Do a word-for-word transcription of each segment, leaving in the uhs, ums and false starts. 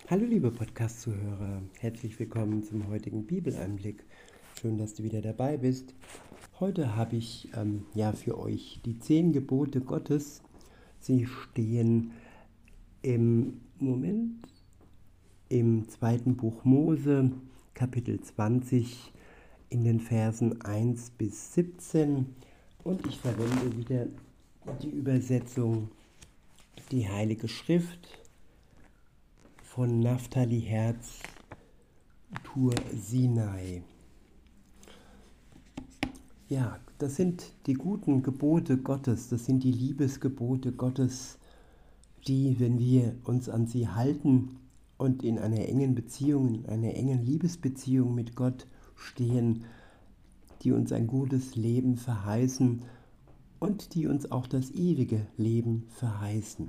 Hallo liebe Podcast-Zuhörer, herzlich willkommen zum heutigen Bibeleinblick. Schön, dass du wieder dabei bist. Heute habe ich ähm, ja für euch die zehn Gebote Gottes. Sie stehen im Moment im zweiten Buch Mose, Kapitel zwanzig, in den Versen eins bis siebzehn. Und ich verwende wieder die Übersetzung, die Heilige Schrift von Naphtali Herz, Tur Sinai. Ja, das sind die guten Gebote Gottes, das sind die Liebesgebote Gottes, die, wenn wir uns an sie halten und in einer engen Beziehung, in einer engen Liebesbeziehung mit Gott stehen, die uns ein gutes Leben verheißen und die uns auch das ewige Leben verheißen.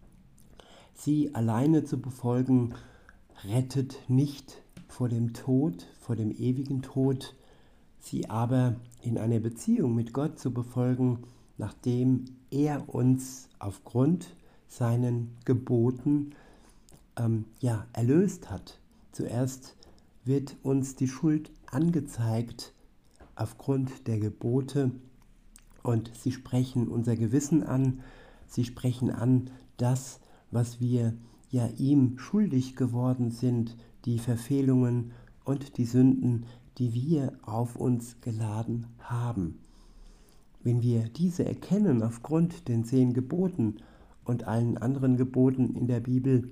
Sie alleine zu befolgen, rettet nicht vor dem Tod, vor dem ewigen Tod, sie aber in einer Beziehung mit Gott zu befolgen, nachdem er uns aufgrund seinen Geboten ähm, ja, erlöst hat. Zuerst wird uns die Schuld angezeigt aufgrund der Gebote und sie sprechen unser Gewissen an, sie sprechen an das, was wir ja ihm schuldig geworden sind, die Verfehlungen und die Sünden, die wir auf uns geladen haben. Wenn wir diese erkennen aufgrund den zehn Geboten und allen anderen Geboten in der Bibel,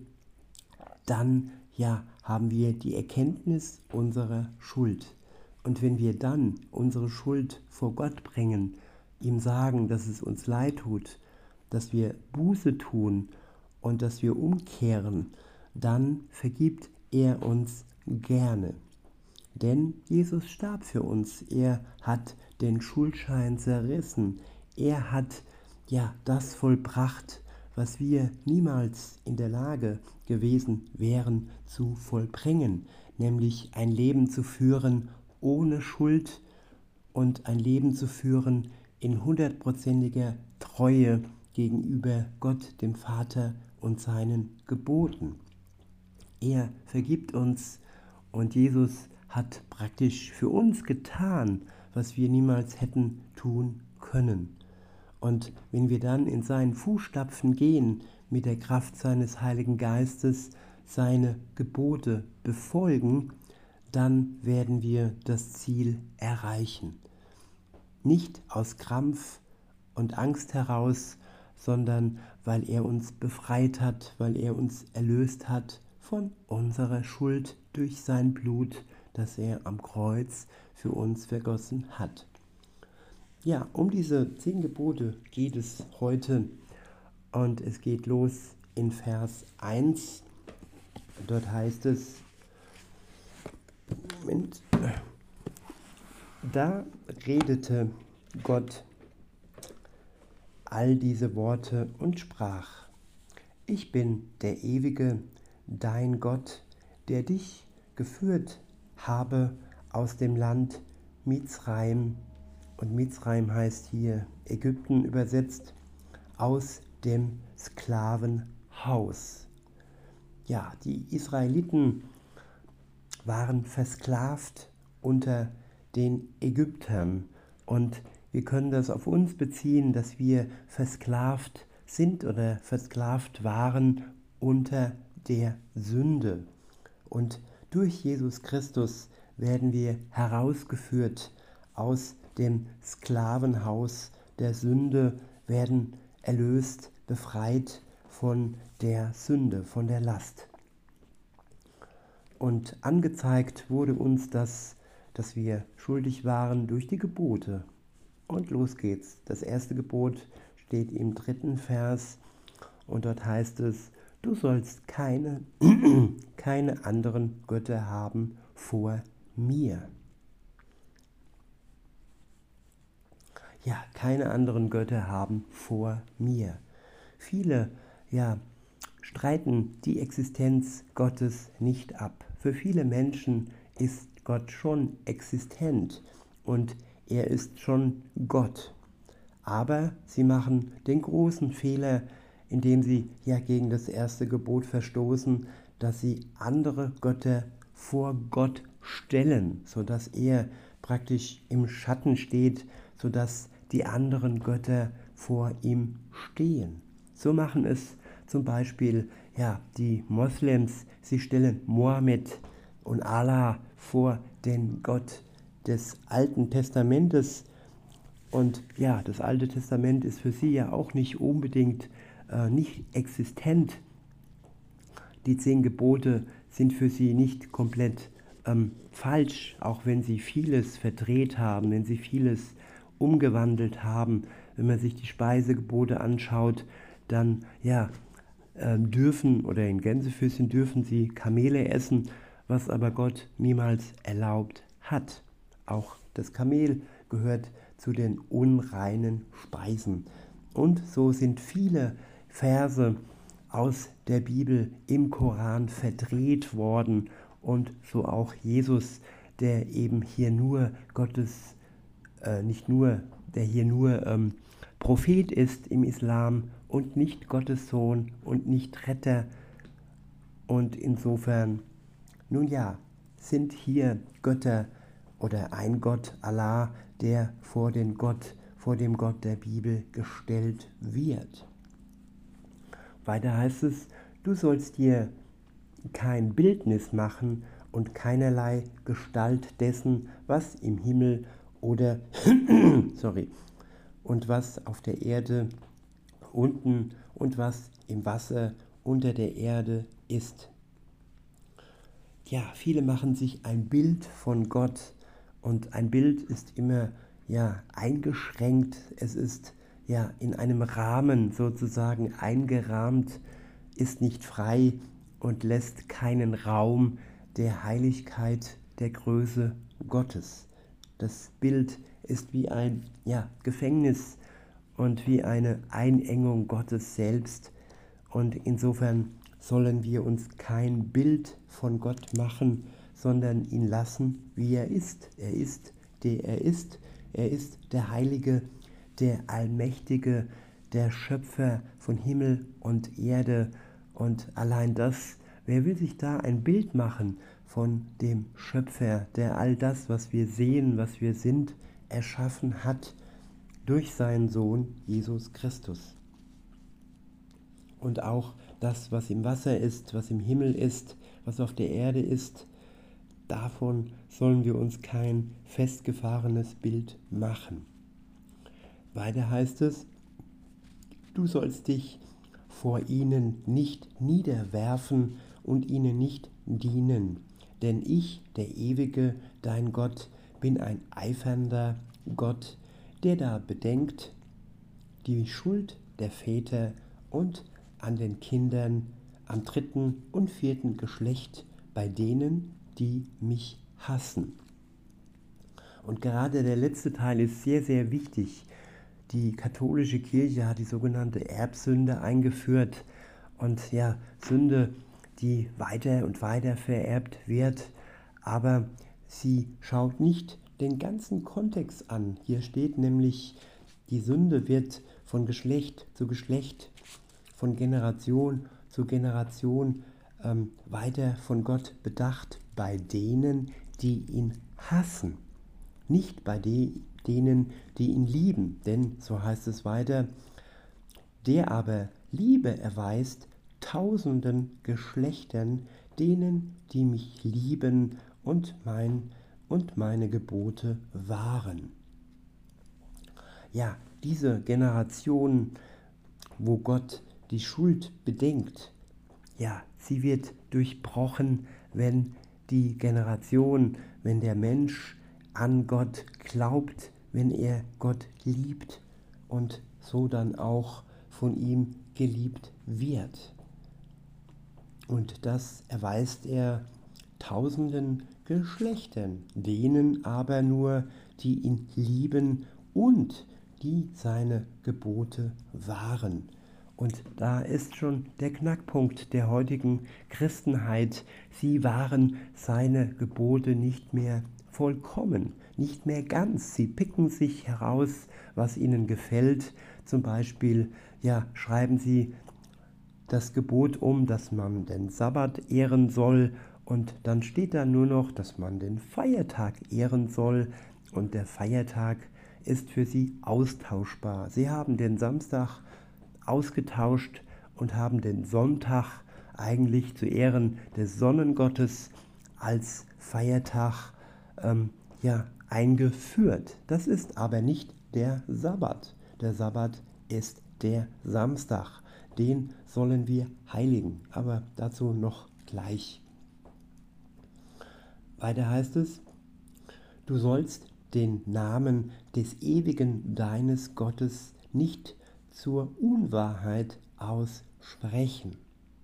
dann ja, haben wir die Erkenntnis unserer Schuld. Und wenn wir dann unsere Schuld vor Gott bringen, ihm sagen, dass es uns leid tut, dass wir Buße tun und dass wir umkehren, dann vergibt er uns gerne. Denn Jesus starb für uns. Er hat den Schuldschein zerrissen. Er hat ja das vollbracht, was wir niemals in der Lage gewesen wären zu vollbringen, nämlich ein Leben zu führen ohne Schuld und ein Leben zu führen in hundertprozentiger Treue gegenüber Gott, dem Vater und seinen Geboten. Er vergibt uns und Jesus hat praktisch für uns getan, was wir niemals hätten tun können. Und wenn wir dann in seinen Fußstapfen gehen, mit der Kraft seines Heiligen Geistes seine Gebote befolgen, dann werden wir das Ziel erreichen. Nicht aus Krampf und Angst heraus, sondern weil er uns befreit hat, weil er uns erlöst hat von unserer Schuld durch sein Blut, das er am Kreuz für uns vergossen hat. Ja, um diese zehn Gebote geht es heute und es geht los in Vers eins. Dort heißt es, Moment, da redete Gott all diese Worte und sprach: Ich bin der ewige, dein Gott, der dich geführt habe aus dem Land Mizraim. Und Mizraim heißt hier Ägypten übersetzt, aus dem Sklavenhaus. Ja, die Israeliten waren versklavt unter den Ägyptern. Und wir können das auf uns beziehen, dass wir versklavt sind oder versklavt waren unter der Sünde. Und durch Jesus Christus werden wir herausgeführt aus dem Sklavenhaus der Sünde, werden erlöst, befreit von der Sünde, von der Last. Und angezeigt wurde uns das, dass wir schuldig waren durch die Gebote. Und los geht's. Das erste Gebot steht im dritten Vers und dort heißt es: Du sollst keine, keine anderen Götter haben vor mir. Ja, keine anderen Götter haben vor mir. Viele, ja, streiten die Existenz Gottes nicht ab. Für viele Menschen ist Gott schon existent und er ist schon Gott. Aber sie machen den großen Fehler, indem sie ja gegen das erste Gebot verstoßen, dass sie andere Götter vor Gott stellen, sodass er praktisch im Schatten steht, sodass die anderen Götter vor ihm stehen. So machen es zum Beispiel ja, die Moslems, sie stellen Mohammed und Allah vor den Gott des Alten Testamentes. Und ja, das Alte Testament ist für sie ja auch nicht unbedingt äh, nicht existent. Die zehn Gebote sind für sie nicht komplett ähm, falsch, auch wenn sie vieles verdreht haben, wenn sie vieles umgewandelt haben. Wenn man sich die Speisegebote anschaut, dann ja, äh, dürfen oder in Gänsefüßchen dürfen sie Kamele essen, was aber Gott niemals erlaubt hat. Auch das Kamel gehört zu den unreinen Speisen. Und so sind viele Verse aus der Bibel im Koran verdreht worden und so auch Jesus, der eben hier nur Gottes, äh, nicht nur, der hier nur ähm, Prophet ist im Islam und nicht Gottes Sohn und nicht Retter. Und insofern, nun ja, sind hier Götter oder ein Gott, Allah, der vor den Gott, vor dem Gott der Bibel gestellt wird. Weiter heißt es, du sollst dir kein Bildnis machen und keinerlei Gestalt dessen, was im Himmel oder sorry, und was auf der Erde unten und was im Wasser unter der Erde ist. Ja, viele machen sich ein Bild von Gott und ein Bild ist immer ja eingeschränkt. Es ist ja in einem Rahmen sozusagen eingerahmt, ist nicht frei und lässt keinen Raum der Heiligkeit, der Größe Gottes. Das Bild ist wie ein ja, Gefängnis und wie eine Einengung Gottes selbst. Und insofern sollen wir uns kein Bild von Gott machen, sondern ihn lassen, wie er ist. Er ist, der er ist. Er ist der Heilige, der Allmächtige, der Schöpfer von Himmel und Erde. Und allein das, wer will sich da ein Bild machen von dem Schöpfer, der all das, was wir sehen, was wir sind, erschaffen hat durch seinen Sohn Jesus Christus. Und auch das, was im Wasser ist, was im Himmel ist, was auf der Erde ist, davon sollen wir uns kein festgefahrenes Bild machen. Weiter heißt es, du sollst dich vor ihnen nicht niederwerfen und ihnen nicht dienen, denn ich, der Ewige, dein Gott, bin ein eifernder Gott, der da bedenkt die Schuld der Väter und an den Kindern am dritten und vierten Geschlecht bei denen, die mich hassen. Und gerade der letzte Teil ist sehr, sehr wichtig. Die katholische Kirche hat die sogenannte Erbsünde eingeführt und ja, Sünde, die weiter und weiter vererbt wird, aber sie schaut nicht den ganzen Kontext an. Hier steht nämlich, die Sünde wird von Geschlecht zu Geschlecht, von Generation zu Generation ähm, weiter von Gott bedacht bei denen, die ihn hassen. Nicht bei de- denen, die ihn lieben, denn, so heißt es weiter, der aber Liebe erweist tausenden Geschlechtern, denen, die mich lieben und, mein, und meine Gebote wahren. Ja, diese Generation, wo Gott die Schuld bedenkt, ja, sie wird durchbrochen, wenn die Generation, wenn der Mensch an Gott glaubt, wenn er Gott liebt und so dann auch von ihm geliebt wird. Und das erweist er tausenden Geschlechtern, denen aber nur, die ihn lieben und die seine Gebote wahren. Und da ist schon der Knackpunkt der heutigen Christenheit. Sie wahren seine Gebote nicht mehr vollkommen, nicht mehr ganz. Sie picken sich heraus, was ihnen gefällt. Zum Beispiel ja, schreiben sie das Gebot um, dass man den Sabbat ehren soll, und dann steht da nur noch, dass man den Feiertag ehren soll, und der Feiertag ist für sie austauschbar. Sie haben den Samstag ausgetauscht und haben den Sonntag eigentlich zu Ehren des Sonnengottes als Feiertag ähm, ja, eingeführt. Das ist aber nicht der Sabbat. Der Sabbat ist der Samstag. Den sollen wir heiligen, aber dazu noch gleich. Weiter heißt es, du sollst den Namen des ewigen deines Gottes nicht zur Unwahrheit aussprechen.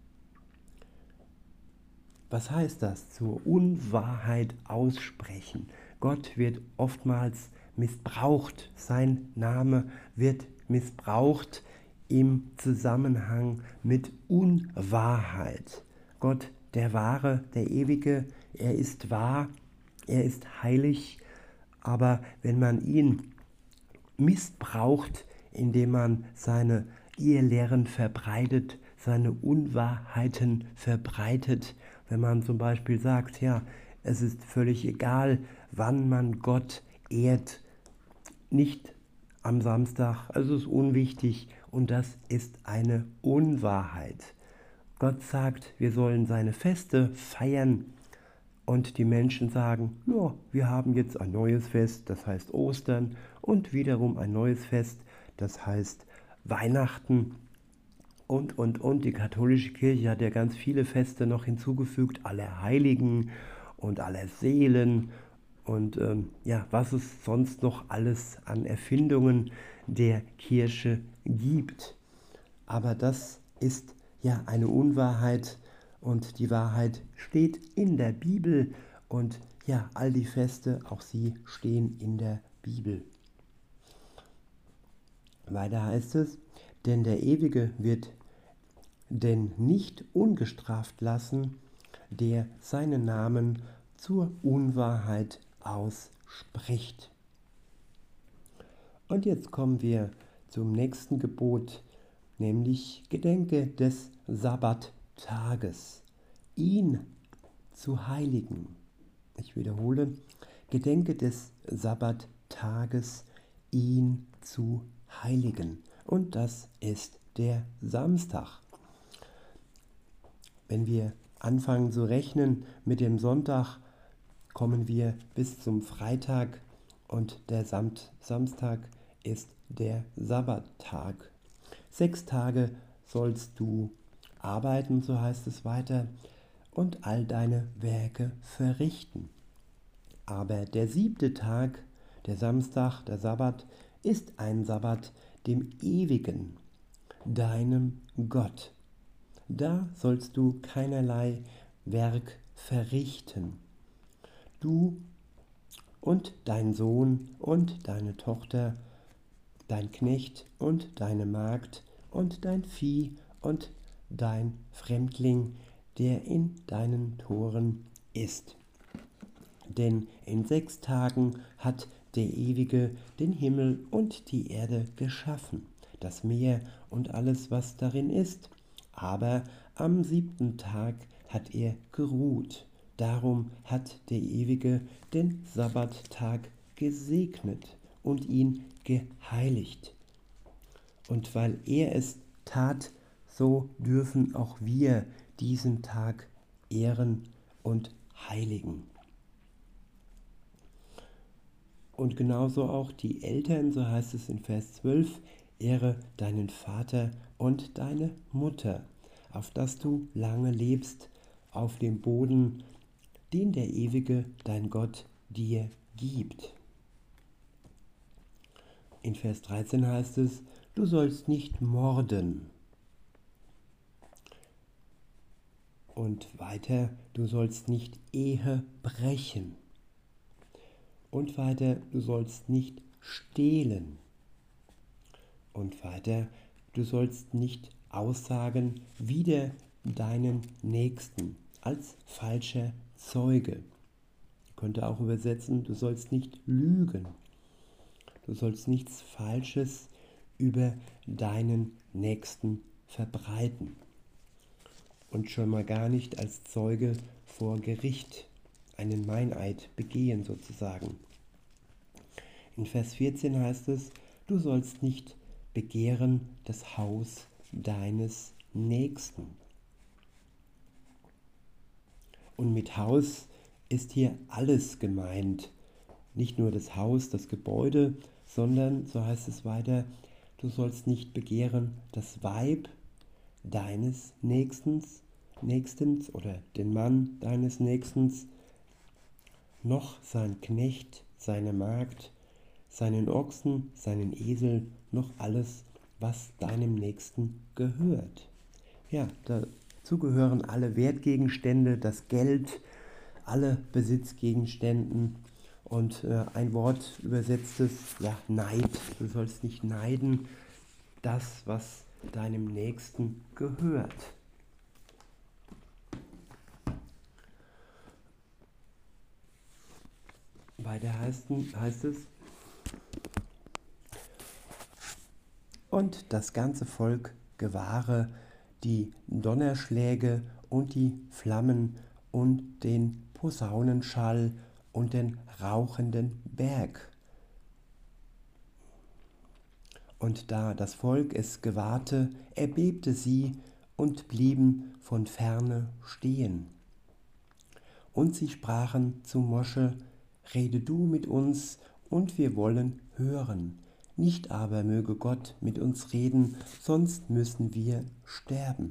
Was heißt das, zur Unwahrheit aussprechen? Gott wird oftmals missbraucht, sein Name wird missbraucht im Zusammenhang mit Unwahrheit. Gott, der Wahre, der Ewige, er ist wahr, er ist heilig, aber wenn man ihn missbraucht, indem man seine Irrlehren verbreitet, seine Unwahrheiten verbreitet, wenn man zum Beispiel sagt, ja, es ist völlig egal, wann man Gott ehrt, nicht am Samstag, also es ist unwichtig, und das ist eine Unwahrheit. Gott sagt, wir sollen seine Feste feiern, und die Menschen sagen, ja, wir haben jetzt ein neues Fest, das heißt Ostern, und wiederum ein neues Fest, das heißt Weihnachten. Und, und, und, die katholische Kirche hat ja ganz viele Feste noch hinzugefügt, aller Heiligen und aller Seelen und ähm, ja, was es sonst noch alles an Erfindungen der Kirche gibt. Aber das ist ja eine Unwahrheit, und die Wahrheit steht in der Bibel, und ja, all die Feste, auch sie stehen in der Bibel. Weiter heißt es, denn der Ewige wird denn nicht ungestraft lassen, der seinen Namen zur Unwahrheit ausspricht. Und jetzt kommen wir zum nächsten Gebot, nämlich gedenke des Sabbattages, ihn zu heiligen. Ich wiederhole, gedenke des Sabbattages, ihn zu heiligen. Und das ist der Samstag. Wenn wir anfangen zu rechnen mit dem Sonntag, kommen wir bis zum Freitag, und der Samt- Samstag ist der Sabbattag. Sechs Tage sollst du arbeiten, so heißt es weiter, und all deine Werke verrichten. Aber der siebte Tag, der Samstag, der Sabbat, ist ein Sabbat dem Ewigen, deinem Gott. Da sollst du keinerlei Werk verrichten. Du und dein Sohn und deine Tochter, dein Knecht und deine Magd und dein Vieh und dein Fremdling, der in deinen Toren ist. Denn in sechs Tagen hat der Ewige den Himmel und die Erde geschaffen, das Meer und alles, was darin ist. Aber am siebten Tag hat er geruht. Darum hat der Ewige den Sabbattag gesegnet und ihn geheiligt. Und weil er es tat, so dürfen auch wir diesen Tag ehren und heiligen. Und genauso auch die Eltern, so heißt es in Vers zwölf, ehre deinen Vater und deine Mutter, auf dass du lange lebst auf dem Boden, den der Ewige, dein Gott, dir gibt. In Vers dreizehn heißt es, du sollst nicht morden. Und weiter, du sollst nicht Ehe brechen. Und weiter, du sollst nicht stehlen. Und weiter, du sollst nicht aussagen wider deinen Nächsten als falscher Zeuge. Ich könnte auch übersetzen, du sollst nicht lügen. Du sollst nichts Falsches über deinen Nächsten verbreiten. und schon mal gar nicht als Zeuge vor Gericht einen Meineid begehen sozusagen. In Vers vierzehn heißt es, du sollst nicht begehren das Haus deines Nächsten. Und mit Haus ist hier alles gemeint. Nicht nur das Haus, das Gebäude, sondern, so heißt es weiter, du sollst nicht begehren das Weib deines Nächstens, Nächstens oder den Mann deines Nächstens, noch sein Knecht, seine Magd, seinen Ochsen, seinen Esel, noch alles, was deinem Nächsten gehört. Ja, dazu gehören alle Wertgegenstände, das Geld, alle Besitzgegenstände und äh, ein Wort übersetzt es, ja, Neid. Du sollst nicht neiden, das, was deinem Nächsten gehört. Weiter heißt, heißt es, und das ganze Volk gewahre die Donnerschläge und die Flammen und den Posaunenschall und den rauchenden Berg. Und da das Volk es gewahrte, erbebte sie und blieben von ferne stehen. Und sie sprachen zu Mosche, rede du mit uns, und wir wollen hören. Nicht aber möge Gott mit uns reden, sonst müssen wir sterben.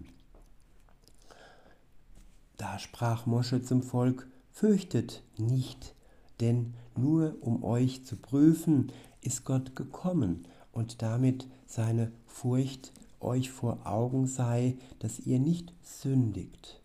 Da sprach Mosche zum Volk, fürchtet nicht, denn nur um euch zu prüfen, ist Gott gekommen, und damit seine Furcht euch vor Augen sei, dass ihr nicht sündigt.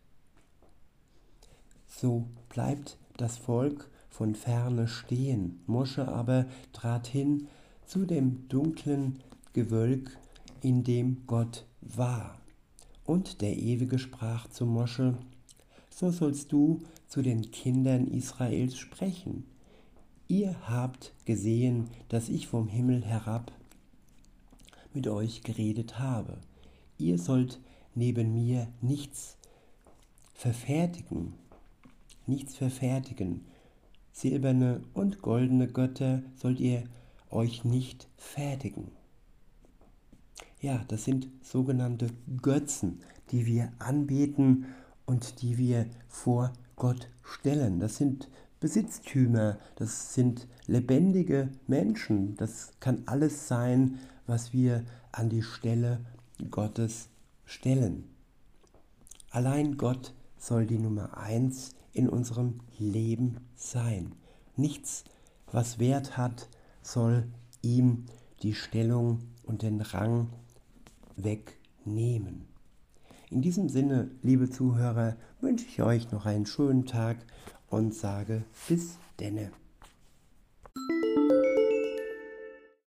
So bleibt das Volk von ferne stehen. Mosche aber trat hin zu dem dunklen Gewölk, in dem Gott war. Und der Ewige sprach zu Mosche, so sollst du zu den Kindern Israels sprechen. Ihr habt gesehen, dass ich vom Himmel herab mit euch geredet habe. Ihr sollt neben mir nichts verfertigen, nichts verfertigen. Silberne und goldene Götter sollt ihr euch nicht fertigen. Ja, das sind sogenannte Götzen, die wir anbeten und die wir vor Gott stellen. Das sind Besitztümer, das sind lebendige Menschen. Das kann alles sein, was wir an die Stelle Gottes stellen. Allein Gott soll die Nummer eins in unserem Leben sein. Nichts, was Wert hat, soll ihm die Stellung und den Rang wegnehmen. In diesem Sinne, liebe Zuhörer, wünsche ich euch noch einen schönen Tag und sage bis denne.